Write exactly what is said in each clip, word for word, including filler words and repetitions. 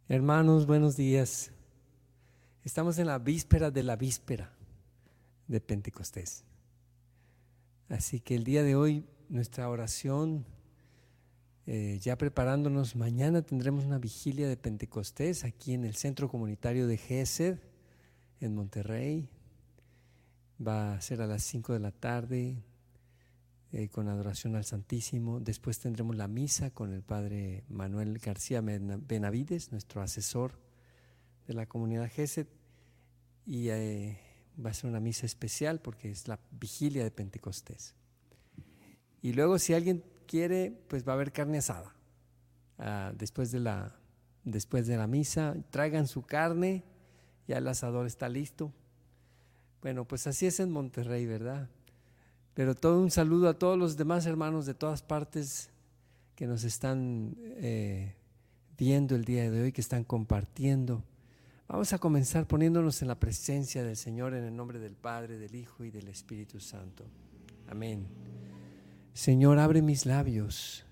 Hermanos, buenos días. Estamos en la víspera de la víspera de Pentecostés. Así que el día de hoy nuestra oración, eh, ya preparándonos, mañana tendremos una vigilia de Pentecostés aquí en el Centro Comunitario de Gesed, en Monterrey. Va a ser a las cinco de la tarde eh, con adoración al Santísimo. Después tendremos la misa con el Padre Manuel García Benavides, nuestro asesor de la comunidad Gesed, y eh, va a ser una misa especial porque es la vigilia de Pentecostés. Y luego, si alguien quiere, pues va a haber carne asada uh, después de la después de la misa. Traigan su carne, ya el asador está listo. Bueno, pues así es en Monterrey, ¿verdad? Pero todo un saludo a todos los demás hermanos de todas partes que nos están eh, viendo el día de hoy, que están compartiendo. Vamos a comenzar poniéndonos en la presencia del Señor en el nombre del Padre, del Hijo y del Espíritu Santo. Amén. Señor, abre mis labios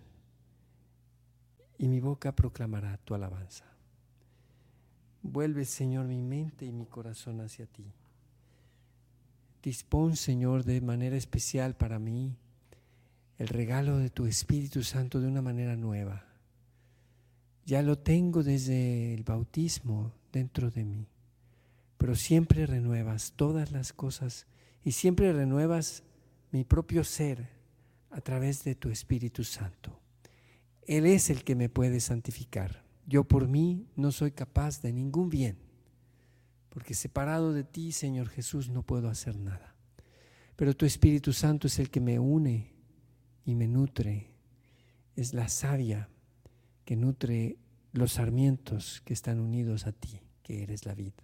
y mi boca proclamará tu alabanza. Vuelve, Señor, mi mente y mi corazón hacia ti. Dispón, Señor, de manera especial para mí el regalo de tu Espíritu Santo de una manera nueva. Ya lo tengo desde el bautismo dentro de mí, pero siempre renuevas todas las cosas y siempre renuevas mi propio ser a través de tu Espíritu Santo. Él es el que me puede santificar. Yo por mí no soy capaz de ningún bien, porque separado de ti, Señor Jesús, no puedo hacer nada. Pero tu Espíritu Santo es el que me une y me nutre. Es la savia que nutre los sarmientos que están unidos a ti, que eres la vid.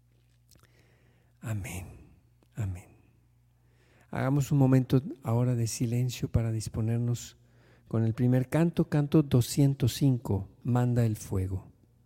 Amén, amén. Hagamos un momento ahora de silencio para disponernos con el primer canto, canto doscientos cinco, Manda el fuego.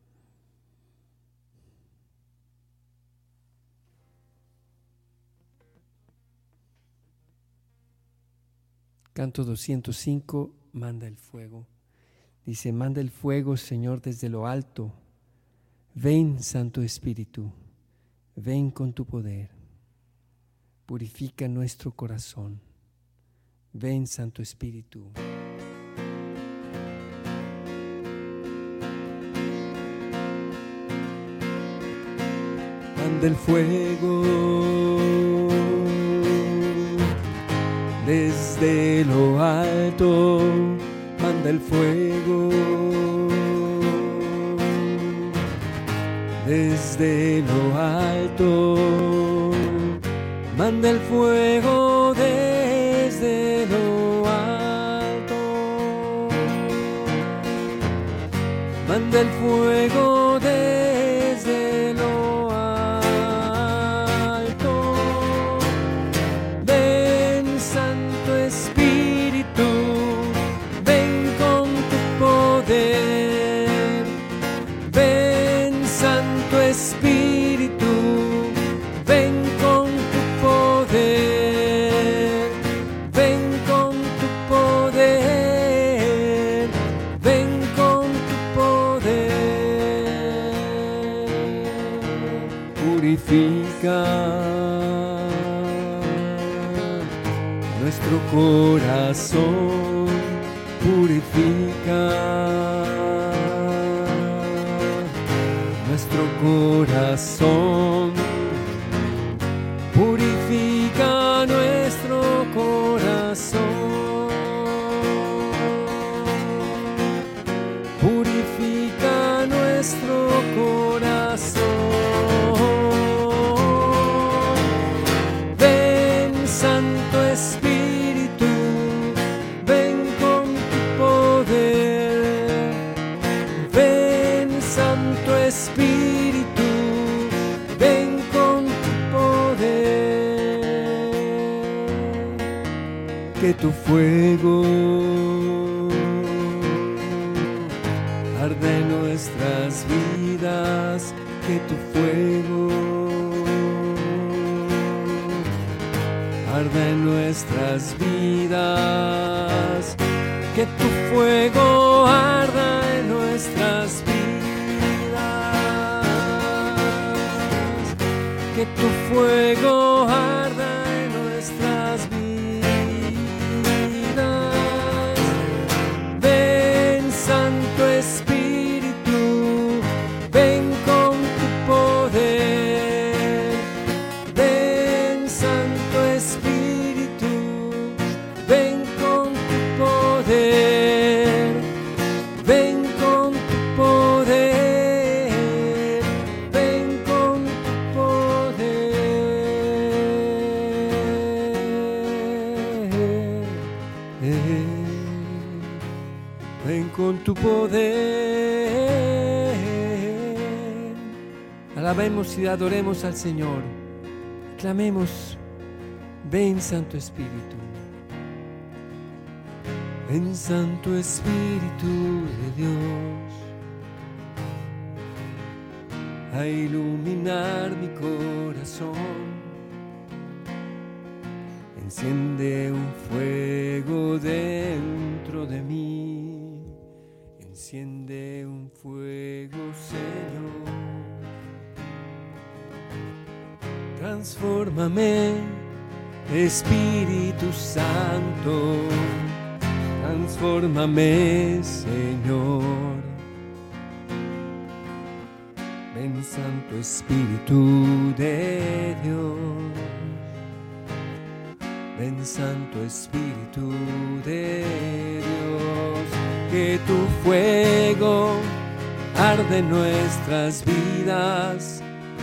Canto doscientos cinco, Manda el fuego. Dice: manda el fuego, Señor, desde lo alto. Ven, Santo Espíritu, ven con tu poder. Purifica nuestro corazón. Ven, Santo Espíritu. Manda el fuego desde lo alto, manda el fuego desde lo alto, manda el fuego desde lo alto, manda el fuego desde lo alto. Ven, Santo Espíritu, ven con tu poder. Ven, Santo Espíritu, ven con tu poder. Ven con tu poder. Ven con tu poder. Purifica nuestro corazón, purifica nuestro corazón, purifica nuestro corazón, purifica nuestro corazón. Ven, Santo Espíritu, ven con tu poder. Ven, Santo Espíritu, ven con tu poder. Que tu fuego arde en nuestras vidas, que tu fuego arde en nuestras vidas, que tu fuego arda en nuestras vidas. que tu fuego arda en nuestras vidas. Ven, Santo Espíritu, ven con tu poder. Ven, Santo Espíritu, ven con tu poder. Ven con tu poder. Ven con tu poder. Ven con tu poder. Alabemos y adoremos al Señor. Clamemos, ven Santo Espíritu. Ven Santo Espíritu de Dios a iluminar mi corazón. Enciende un fuego dentro de mí. Enciende un fuego, Señor. Transfórmame, Espíritu Santo. Transfórmame, Señor. Ven, Santo Espíritu de Dios. Ven, Santo Espíritu de Dios. Que tu fuego arde en nuestras vidas,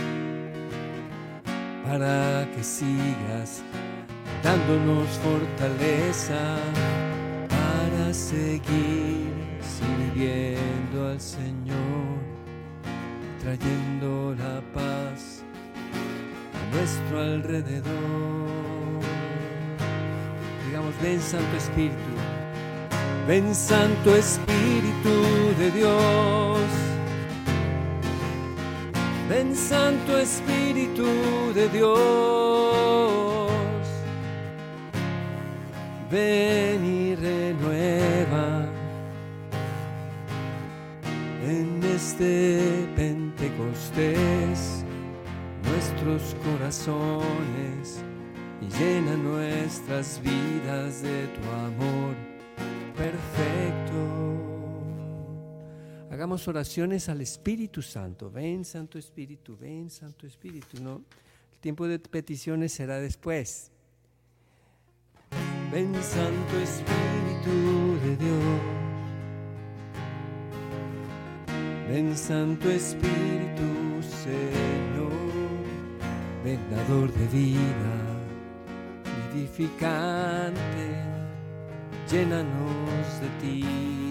para que sigas dándonos fortaleza para seguir sirviendo al Señor, trayendo la paz a nuestro alrededor. Digamos, ven Santo Espíritu, ven Santo Espíritu de Dios. Ven Santo Espíritu de Dios. Ven y renueva en este Pentecostés nuestros corazones y llena nuestras vidas de tu amor perfecto. Hagamos oraciones al Espíritu Santo. Ven Santo Espíritu, ven Santo Espíritu. No, el tiempo de peticiones será después. Ven Santo Espíritu de Dios. Ven Santo Espíritu, Señor, ven dador de vida, vivificante, llénanos de ti.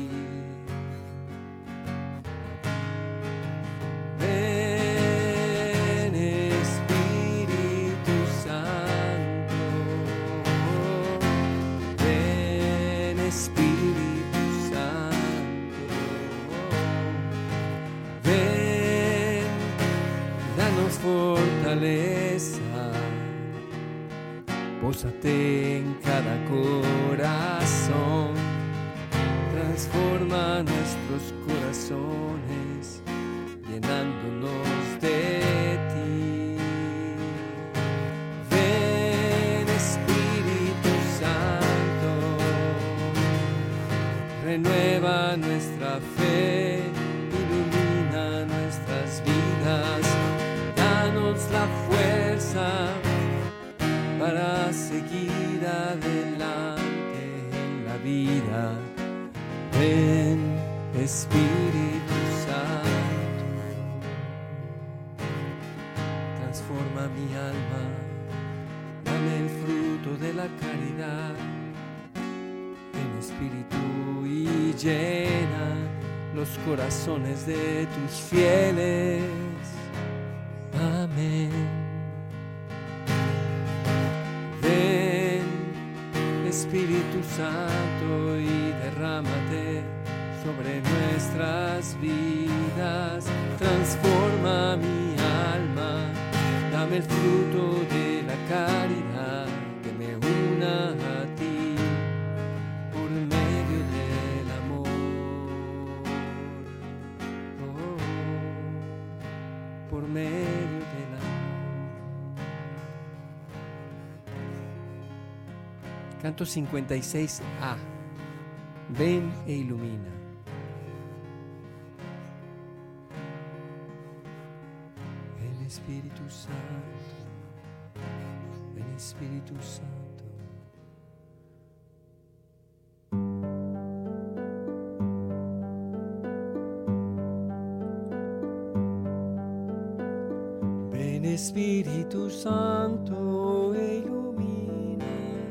Ven Espíritu Santo, ven Espíritu Santo, ven, danos fortaleza, pósate en cada corazón, transforma nuestros corazones, llenándonos de ti. Ven Espíritu Santo, renueva nuestra fe, ilumina nuestras vidas, danos la fuerza para seguir adelante en la vida. Ven Espíritu Santo, transforma mi alma, dame el fruto de la caridad. Ven Espíritu y llena los corazones de tus fieles. Amén. Ven Espíritu Santo y derrámate sobre nuestras vidas, transforma mi alma, dame el fruto de la caridad que me una a ti por medio del amor, oh, por medio del amor. Canto cincuenta y seis A. Ven e ilumina. El Espíritu Santo, el Espíritu Santo. Ven Espíritu Santo e ilumina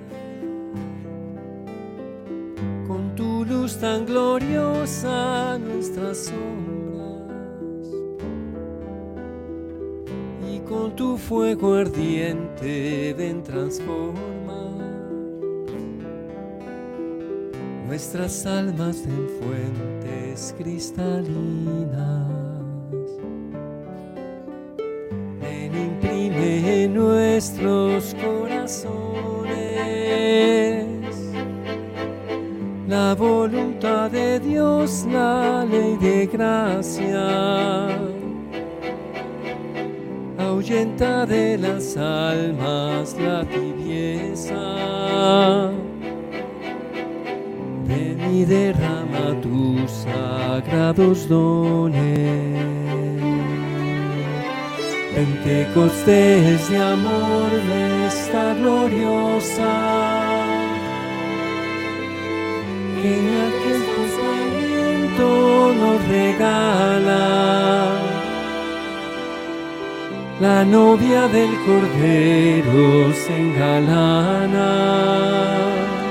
con tu luz tan gloriosa nuestras sombras, y con tu fuego ardiente ven transformar nuestras almas en fuentes cristalinas. Ven, imprime en nuestros corazones la voluntad de Dios, la ley de gracia. Ahuyenta de las almas la tibieza. Ven y derrama tus sagrados dones. Pentecostés de amor, esta gloriosa, que en aquel pensamiento nos regala la novia del Cordero se engalana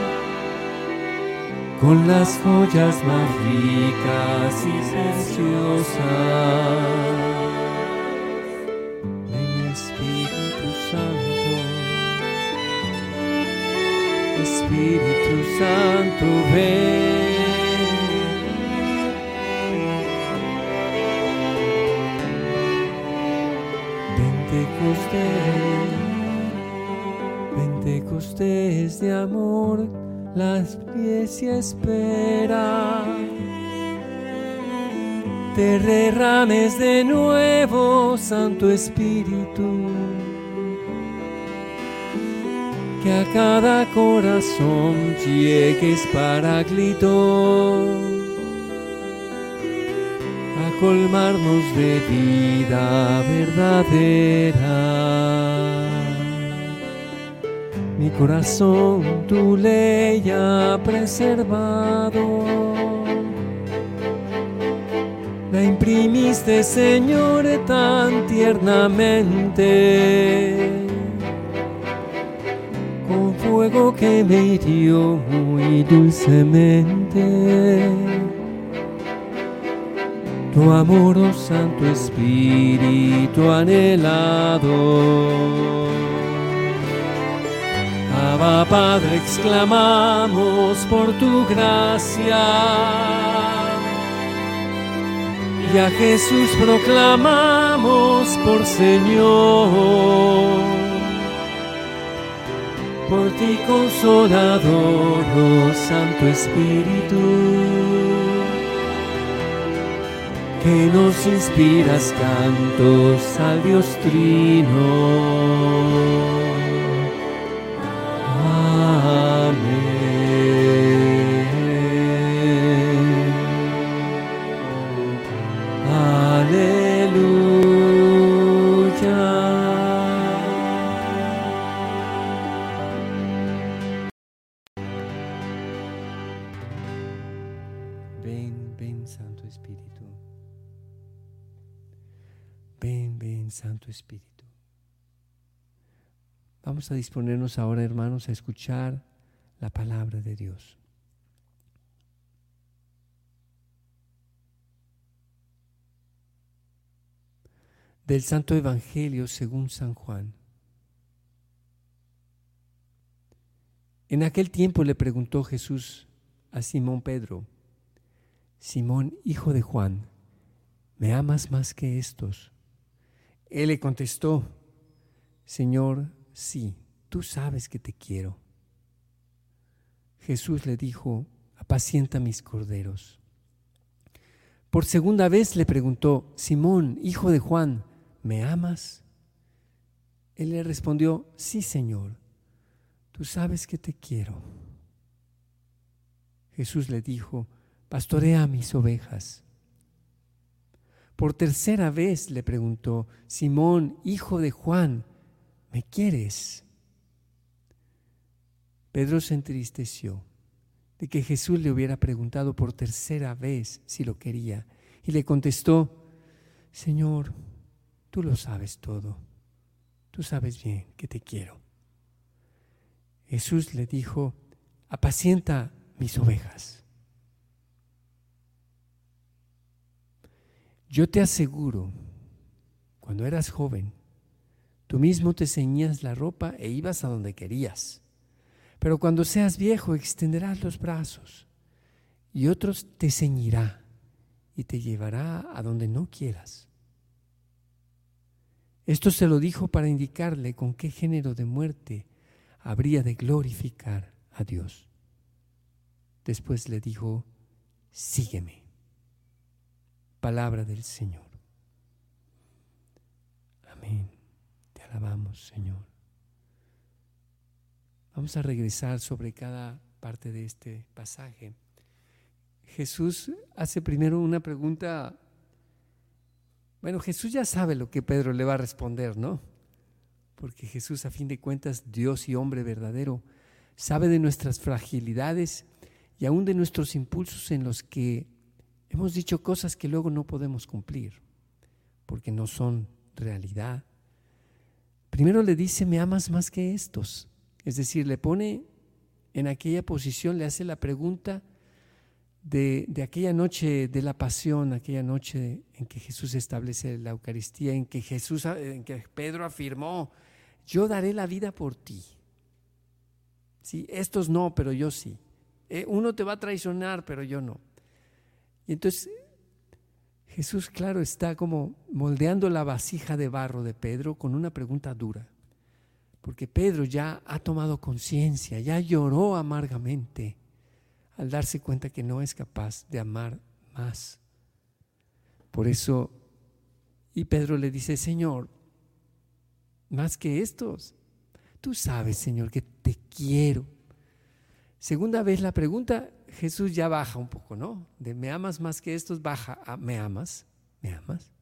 con las joyas más ricas y preciosas. Ven Espíritu Santo, Espíritu Santo, ven. Pentecostés, Pentecostés de amor, la iglesia espera. Te derrames de nuevo, Santo Espíritu, que a cada corazón llegues, Paráclito, a colmarnos de vida verdadera. Mi corazón tu ley ha preservado, la imprimiste, Señor, tan tiernamente, con fuego que me hirió muy dulcemente. Tu amor, oh Santo Espíritu anhelado. Abba Padre, exclamamos por tu gracia, y a Jesús proclamamos por Señor. Por ti consolador, oh Santo Espíritu, que nos inspiras cantos al Dios Trino. Ven, ven, Santo Espíritu. Ven, ven, Santo Espíritu. Vamos a disponernos ahora, hermanos, a escuchar la palabra de Dios. Del Santo Evangelio según San Juan. En aquel tiempo le preguntó Jesús a Simón Pedro: Simón, hijo de Juan, ¿me amas más que estos? Él le contestó: Señor, sí, tú sabes que te quiero. Jesús le dijo: apacienta mis corderos. Por segunda vez le preguntó: Simón, hijo de Juan, ¿me amas? Él le respondió: sí, Señor, tú sabes que te quiero. Jesús le dijo, pastorea mis ovejas. Por tercera vez le preguntó, Simón, hijo de Juan, ¿me quieres? Pedro se entristeció de que Jesús le hubiera preguntado por tercera vez si lo quería y le contestó, Señor, tú lo sabes todo, tú sabes bien que te quiero. Jesús le dijo, apacienta mis ovejas. Yo te aseguro, cuando eras joven, tú mismo te ceñías la ropa e ibas a donde querías. Pero cuando seas viejo, extenderás los brazos y otros te ceñirá y te llevará a donde no quieras. Esto se lo dijo para indicarle con qué género de muerte habría de glorificar a Dios. Después le dijo, sígueme. Palabra del Señor. Amén. Te alabamos, Señor. Vamos a regresar sobre cada parte de este pasaje. Jesús hace primero una pregunta. Bueno, Jesús ya sabe lo que Pedro le va a responder, ¿no? Porque Jesús, a fin de cuentas, Dios y hombre verdadero, sabe de nuestras fragilidades y aún de nuestros impulsos en los que hemos dicho cosas que luego no podemos cumplir, porque no son realidad. Primero le dice, ¿me amas más que estos? Es decir, le pone en aquella posición, le hace la pregunta de, de aquella noche de la pasión, aquella noche en que Jesús establece la Eucaristía, en que Jesús, en que Pedro afirmó, yo daré la vida por ti. Sí, estos no, pero yo sí. Eh, uno te va a traicionar, pero yo no. Y entonces Jesús, claro, está como moldeando la vasija de barro de Pedro con una pregunta dura. Porque Pedro ya ha tomado conciencia, ya lloró amargamente al darse cuenta que no es capaz de amar más. Por eso, y Pedro le dice, Señor, más que estos, tú sabes, Señor, que te quiero. Segunda vez la pregunta, Jesús ya baja un poco, ¿no? De me amas más que estos, baja a me amas, me amas.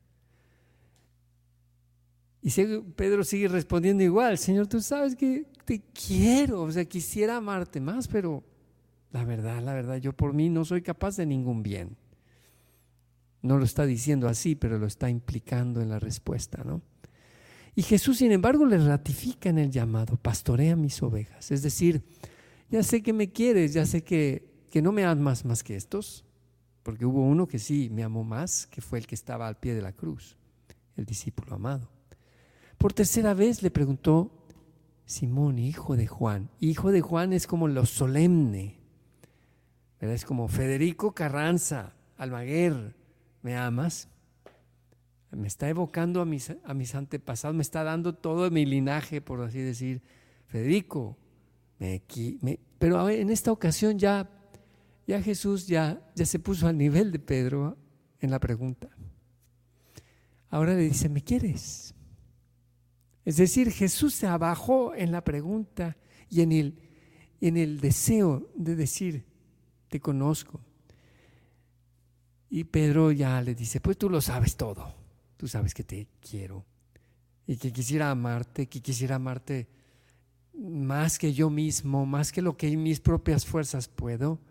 Y Pedro sigue respondiendo igual, Señor, tú sabes que te quiero, o sea, quisiera amarte más, pero la verdad, la verdad, yo por mí no soy capaz de ningún bien. No lo está diciendo así, pero lo está implicando en la respuesta, ¿no? Y Jesús, sin embargo, le ratifica en el llamado, pastorea mis ovejas, es decir, ya sé que me quieres, ya sé que, que no me amas más que estos, porque hubo uno que sí me amó más, que fue el que estaba al pie de la cruz, el discípulo amado. Por tercera vez le preguntó, Simón, hijo de Juan. Hijo de Juan es como lo solemne, ¿verdad? Es como Federico Carranza, Almaguer, ¿me amas? Me está evocando a mis, a mis antepasados, me está dando todo mi linaje, por así decir. Federico, me, me, pero en esta ocasión ya, ya Jesús ya, ya se puso al nivel de Pedro en la pregunta. Ahora le dice, ¿me quieres? Es decir, Jesús se abajó en la pregunta y en el, en el deseo de decir, te conozco. Y Pedro ya le dice, pues tú lo sabes todo, tú sabes que te quiero y que quisiera amarte, que quisiera amarte más que yo mismo, más que lo que en mis propias fuerzas puedo.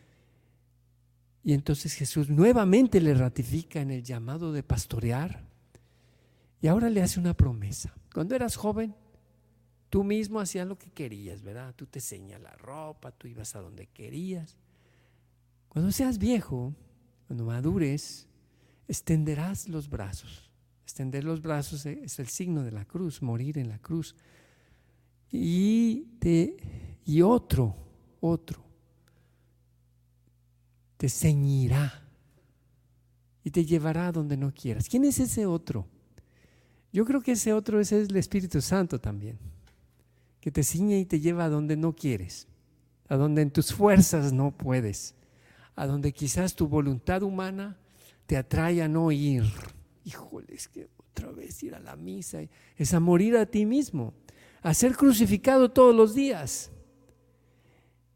Y entonces Jesús nuevamente le ratifica en el llamado de pastorear. Y ahora le hace una promesa. Cuando eras joven, tú mismo hacías lo que querías, ¿verdad? Tú te ceñías la ropa, tú ibas a donde querías. Cuando seas viejo, cuando madures, extenderás los brazos. Extender los brazos es el signo de la cruz, morir en la cruz. Y, te, y otro, otro, te ceñirá y te llevará a donde no quieras. ¿Quién es ese otro? Yo creo que ese otro ese es el Espíritu Santo también, que te ciñe y te lleva a donde no quieres, a donde en tus fuerzas no puedes, a donde quizás tu voluntad humana te atrae a no ir. Híjole, es que otra vez ir a la misa es a morir a ti mismo, a ser crucificado todos los días.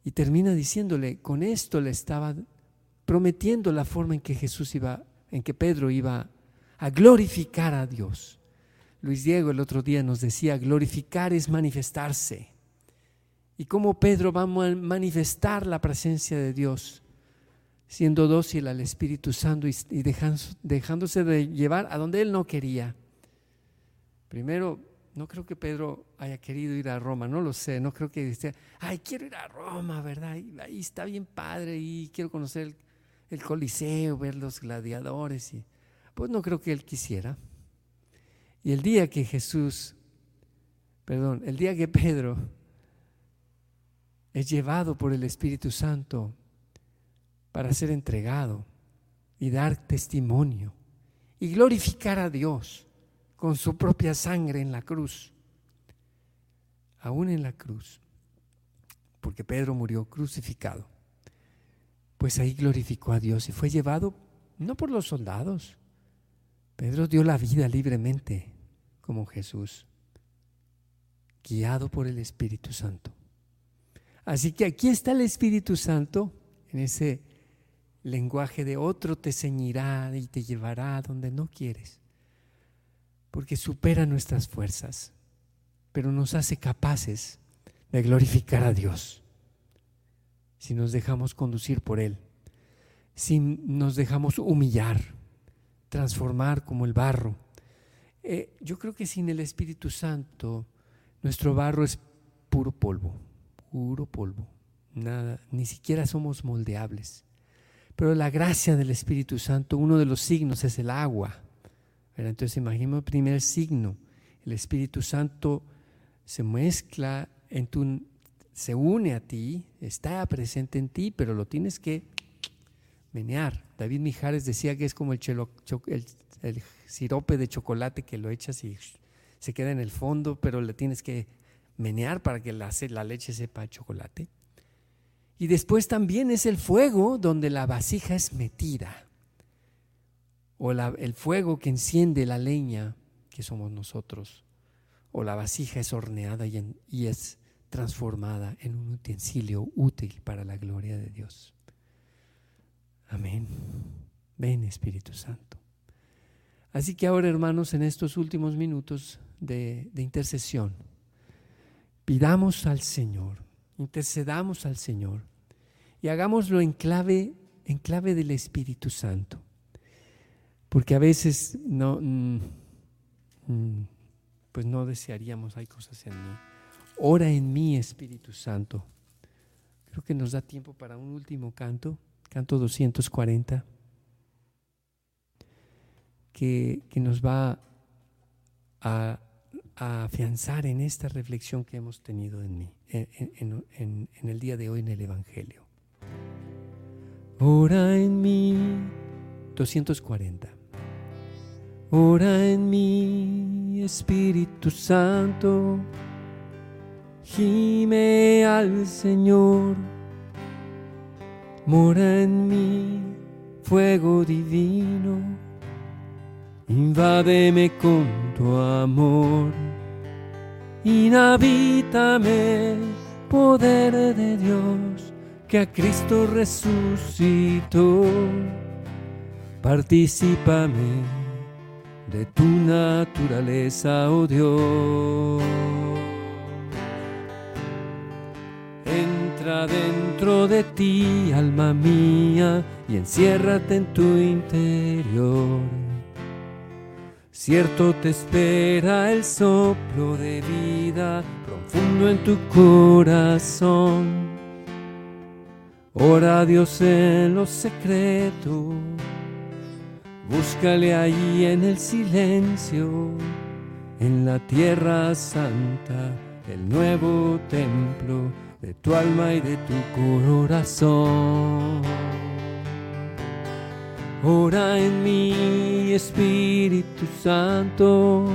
Y termina diciéndole, con esto le estaba prometiendo la forma en que Jesús iba, en que Pedro iba a glorificar a Dios. Luis Diego el otro día nos decía, glorificar es manifestarse. Y cómo Pedro va a manifestar la presencia de Dios, siendo dócil al Espíritu Santo y, y dejándose de llevar a donde él no quería. Primero, no creo que Pedro haya querido ir a Roma, no lo sé, no creo que esté, ay, quiero ir a Roma, ¿verdad? Ahí, ahí está bien padre y quiero conocer el, el Coliseo, ver los gladiadores. Y, pues no creo que él quisiera. Y el día que Jesús, perdón, el día que Pedro es llevado por el Espíritu Santo para ser entregado y dar testimonio y glorificar a Dios con su propia sangre en la cruz, aún en la cruz, porque Pedro murió crucificado, pues ahí glorificó a Dios y fue llevado no por los soldados. Pedro dio la vida libremente como Jesús, guiado por el Espíritu Santo. Así que aquí está el Espíritu Santo en ese lenguaje de otro te ceñirá y te llevará a donde no quieres, porque supera nuestras fuerzas, pero nos hace capaces de glorificar a Dios si nos dejamos conducir por Él, si nos dejamos humillar, transformar como el barro. Eh, yo creo que sin el Espíritu Santo nuestro barro es puro polvo, puro polvo, nada, ni siquiera somos moldeables. Pero la gracia del Espíritu Santo, uno de los signos es el agua. Entonces imaginemos el primer signo, el Espíritu Santo se mezcla en tu, se une a ti, está presente en ti, pero lo tienes que menear. David Mijares decía que es como el, chelo, el, el sirope de chocolate que lo echas y se queda en el fondo, pero le tienes que menear para que la, la leche sepa a chocolate. Y después también es el fuego donde la vasija es metida, o la, el fuego que enciende la leña, que somos nosotros, o la vasija es horneada y, en, y es transformada en un utensilio útil para la gloria de Dios. Amén. Ven, Espíritu Santo. Así que ahora, hermanos, en estos últimos minutos de, de intercesión, pidamos al Señor, intercedamos al Señor y hagámoslo en clave, en clave del Espíritu Santo. Porque a veces no, pues no desearíamos, hay cosas en mí. Ora en mí, Espíritu Santo. Creo que nos da tiempo para un último canto, canto doscientos cuarenta, que, que nos va a, a afianzar en esta reflexión que hemos tenido en mí, en, en, en, en el día de hoy en el Evangelio. Ora en mí, doscientos cuarenta. Ora en mí, Espíritu Santo, gime al Señor. Mora en mí, fuego divino, invádeme con tu amor. Inhabítame, poder de Dios, que a Cristo resucitó. Particípame de tu naturaleza, oh Dios. Entra dentro de ti, alma mía, y enciérrate en tu interior. Cierto te espera el soplo de vida profundo en tu corazón. Ora a Dios en lo secreto, búscale allí en el silencio, en la tierra santa, el nuevo templo de tu alma y de tu corazón. Ora en mí, Espíritu Santo,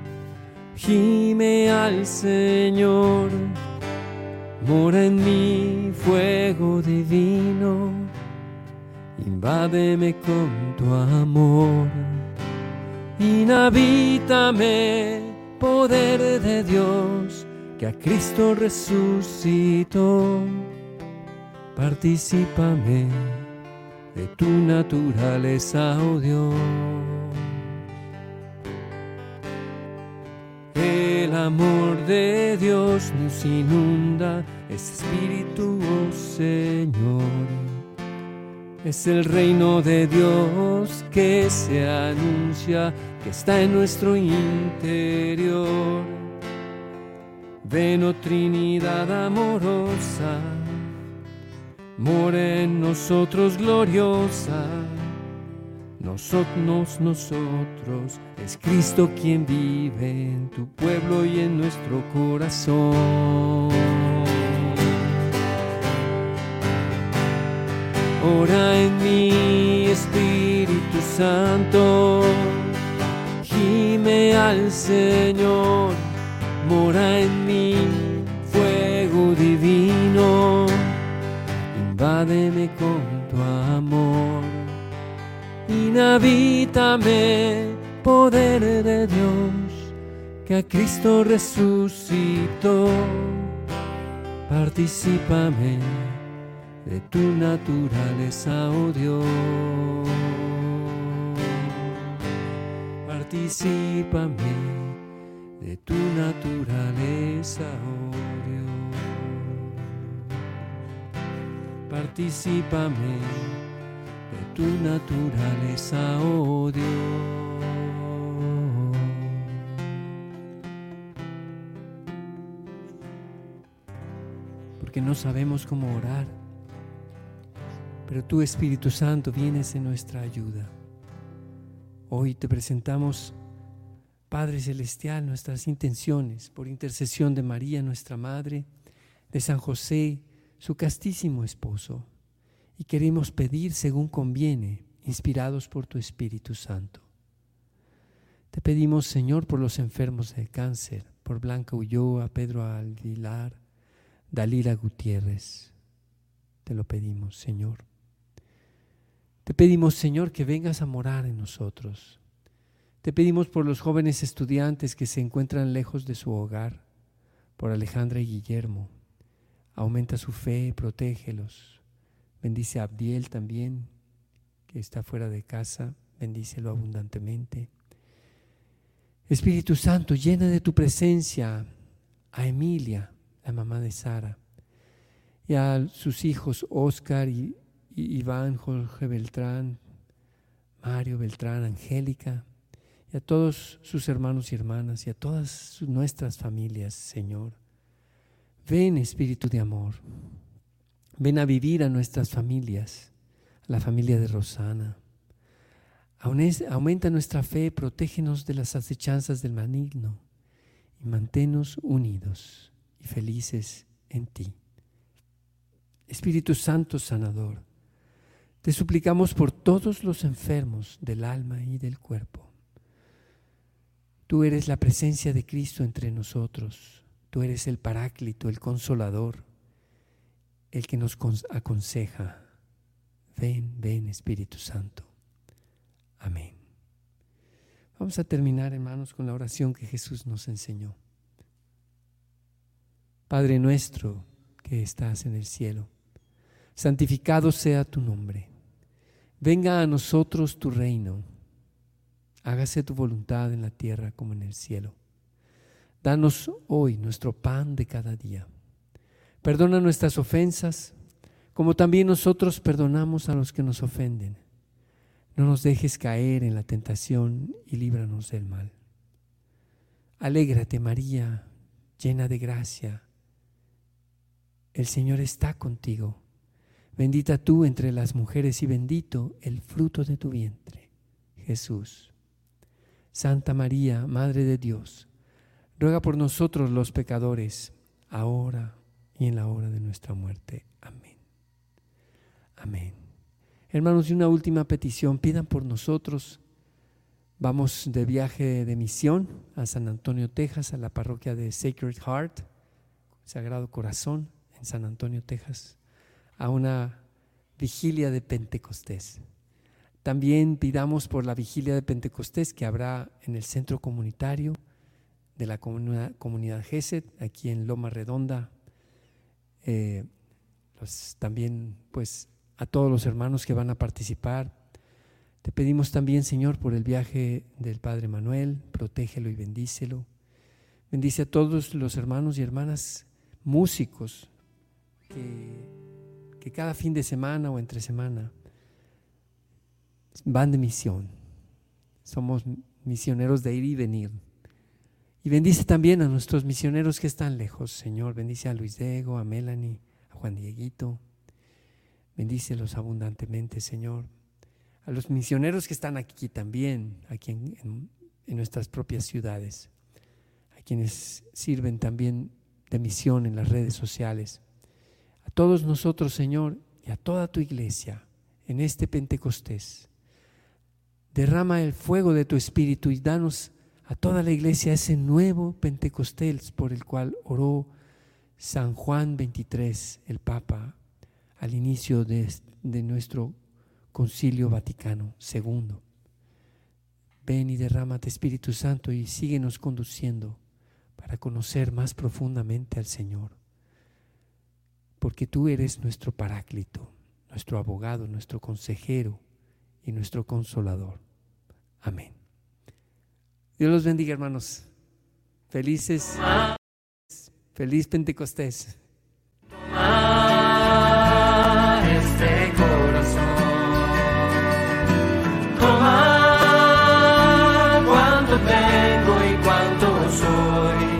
gime al Señor. Mora en mí, fuego divino, invádeme con tu amor. Inhabítame, poder de Dios, que a Cristo resucitó. Particípame de tu naturaleza, oh Dios. El amor de Dios nos inunda, es Espíritu, oh Señor. Es el reino de Dios que se anuncia, que está en nuestro interior. Ven, oh Trinidad amorosa, mora en nosotros gloriosa. Nosotros, nosotros, es Cristo quien vive en tu pueblo y en nuestro corazón. Ora en mí, Espíritu Santo, gime al Señor. Mora en mí, fuego divino, invádeme con tu amor. Inhabítame, poder de Dios, que a Cristo resucitó. Particípame de tu naturaleza, oh Dios. Particípame de tu naturaleza, oh Dios. Particípame de tu naturaleza, oh Dios. Porque no sabemos cómo orar, pero tú, Espíritu Santo, vienes en nuestra ayuda. Hoy te presentamos, Padre Celestial, nuestras intenciones por intercesión de María, nuestra Madre, de San José, su castísimo esposo, y queremos pedir según conviene, inspirados por tu Espíritu Santo. Te pedimos, Señor, por los enfermos de cáncer, por Blanca Ulloa, Pedro Aguilar, Dalila Gutiérrez. Te lo pedimos, Señor. Te pedimos, Señor, que vengas a morar en nosotros. Te pedimos por los jóvenes estudiantes que se encuentran lejos de su hogar, por Alejandra y Guillermo. Aumenta su fe, protégelos. Bendice a Abdiel también, que está fuera de casa. Bendícelo abundantemente. Espíritu Santo, llena de tu presencia a Emilia, la mamá de Sara, y a sus hijos Oscar y, y Iván, Jorge Beltrán, Mario Beltrán, Angélica, y a todos sus hermanos y hermanas, y a todas sus, nuestras familias, Señor. Ven, Espíritu de amor, ven a vivir a nuestras familias, a la familia de Rosana. Aumenta nuestra fe, protégenos de las acechanzas del maligno y manténnos unidos y felices en ti. Espíritu Santo sanador, te suplicamos por todos los enfermos del alma y del cuerpo. Tú eres la presencia de Cristo entre nosotros. Tú eres el Paráclito, el Consolador, el que nos aconseja. Ven, ven, Espíritu Santo. Amén. Vamos a terminar, hermanos, con la oración que Jesús nos enseñó. Padre nuestro que estás en el cielo, santificado sea tu nombre. Venga a nosotros tu reino. Hágase tu voluntad en la tierra como en el cielo. Danos hoy nuestro pan de cada día. Perdona nuestras ofensas, como también nosotros perdonamos a los que nos ofenden. No nos dejes caer en la tentación y líbranos del mal. Alégrate, María, llena de gracia. El Señor está contigo. Bendita tú entre las mujeres y bendito el fruto de tu vientre, Jesús. Santa María, Madre de Dios, ruega por nosotros los pecadores, ahora y en la hora de nuestra muerte. Amén. Amén. Hermanos, y una última petición, pidan por nosotros. Vamos de viaje de misión a San Antonio, Texas, a la parroquia de Sacred Heart, Sagrado Corazón, en San Antonio, Texas, a una vigilia de Pentecostés. También pidamos por la vigilia de Pentecostés que habrá en el centro comunitario de la comunidad, comunidad Gesed, aquí en Loma Redonda, eh, los, también pues a todos los hermanos que van a participar. Te pedimos también, Señor, por el viaje del Padre Manuel, protégelo y bendícelo. Bendice a todos los hermanos y hermanas músicos que, que cada fin de semana o entre semana van de misión. Somos misioneros de ir y venir. Y bendice también a nuestros misioneros que están lejos, Señor. Bendice a Luis Diego, a Melanie, a Juan Dieguito. Bendícelos abundantemente, Señor. A los misioneros que están aquí también, aquí en, en, en nuestras propias ciudades, a quienes sirven también de misión en las redes sociales, a todos nosotros, Señor, y a toda tu iglesia en este Pentecostés. Derrama el fuego de tu Espíritu y danos a toda la iglesia ese nuevo Pentecostés por el cual oró San Juan veintitrés, el Papa, al inicio de, de nuestro Concilio Vaticano segundo. Ven y derrámate, Espíritu Santo, y síguenos conduciendo para conocer más profundamente al Señor, porque tú eres nuestro Paráclito, nuestro abogado, nuestro consejero y nuestro consolador. Amén. Dios los bendiga, hermanos. Felices, feliz Pentecostés. Toma este corazón, toma cuando te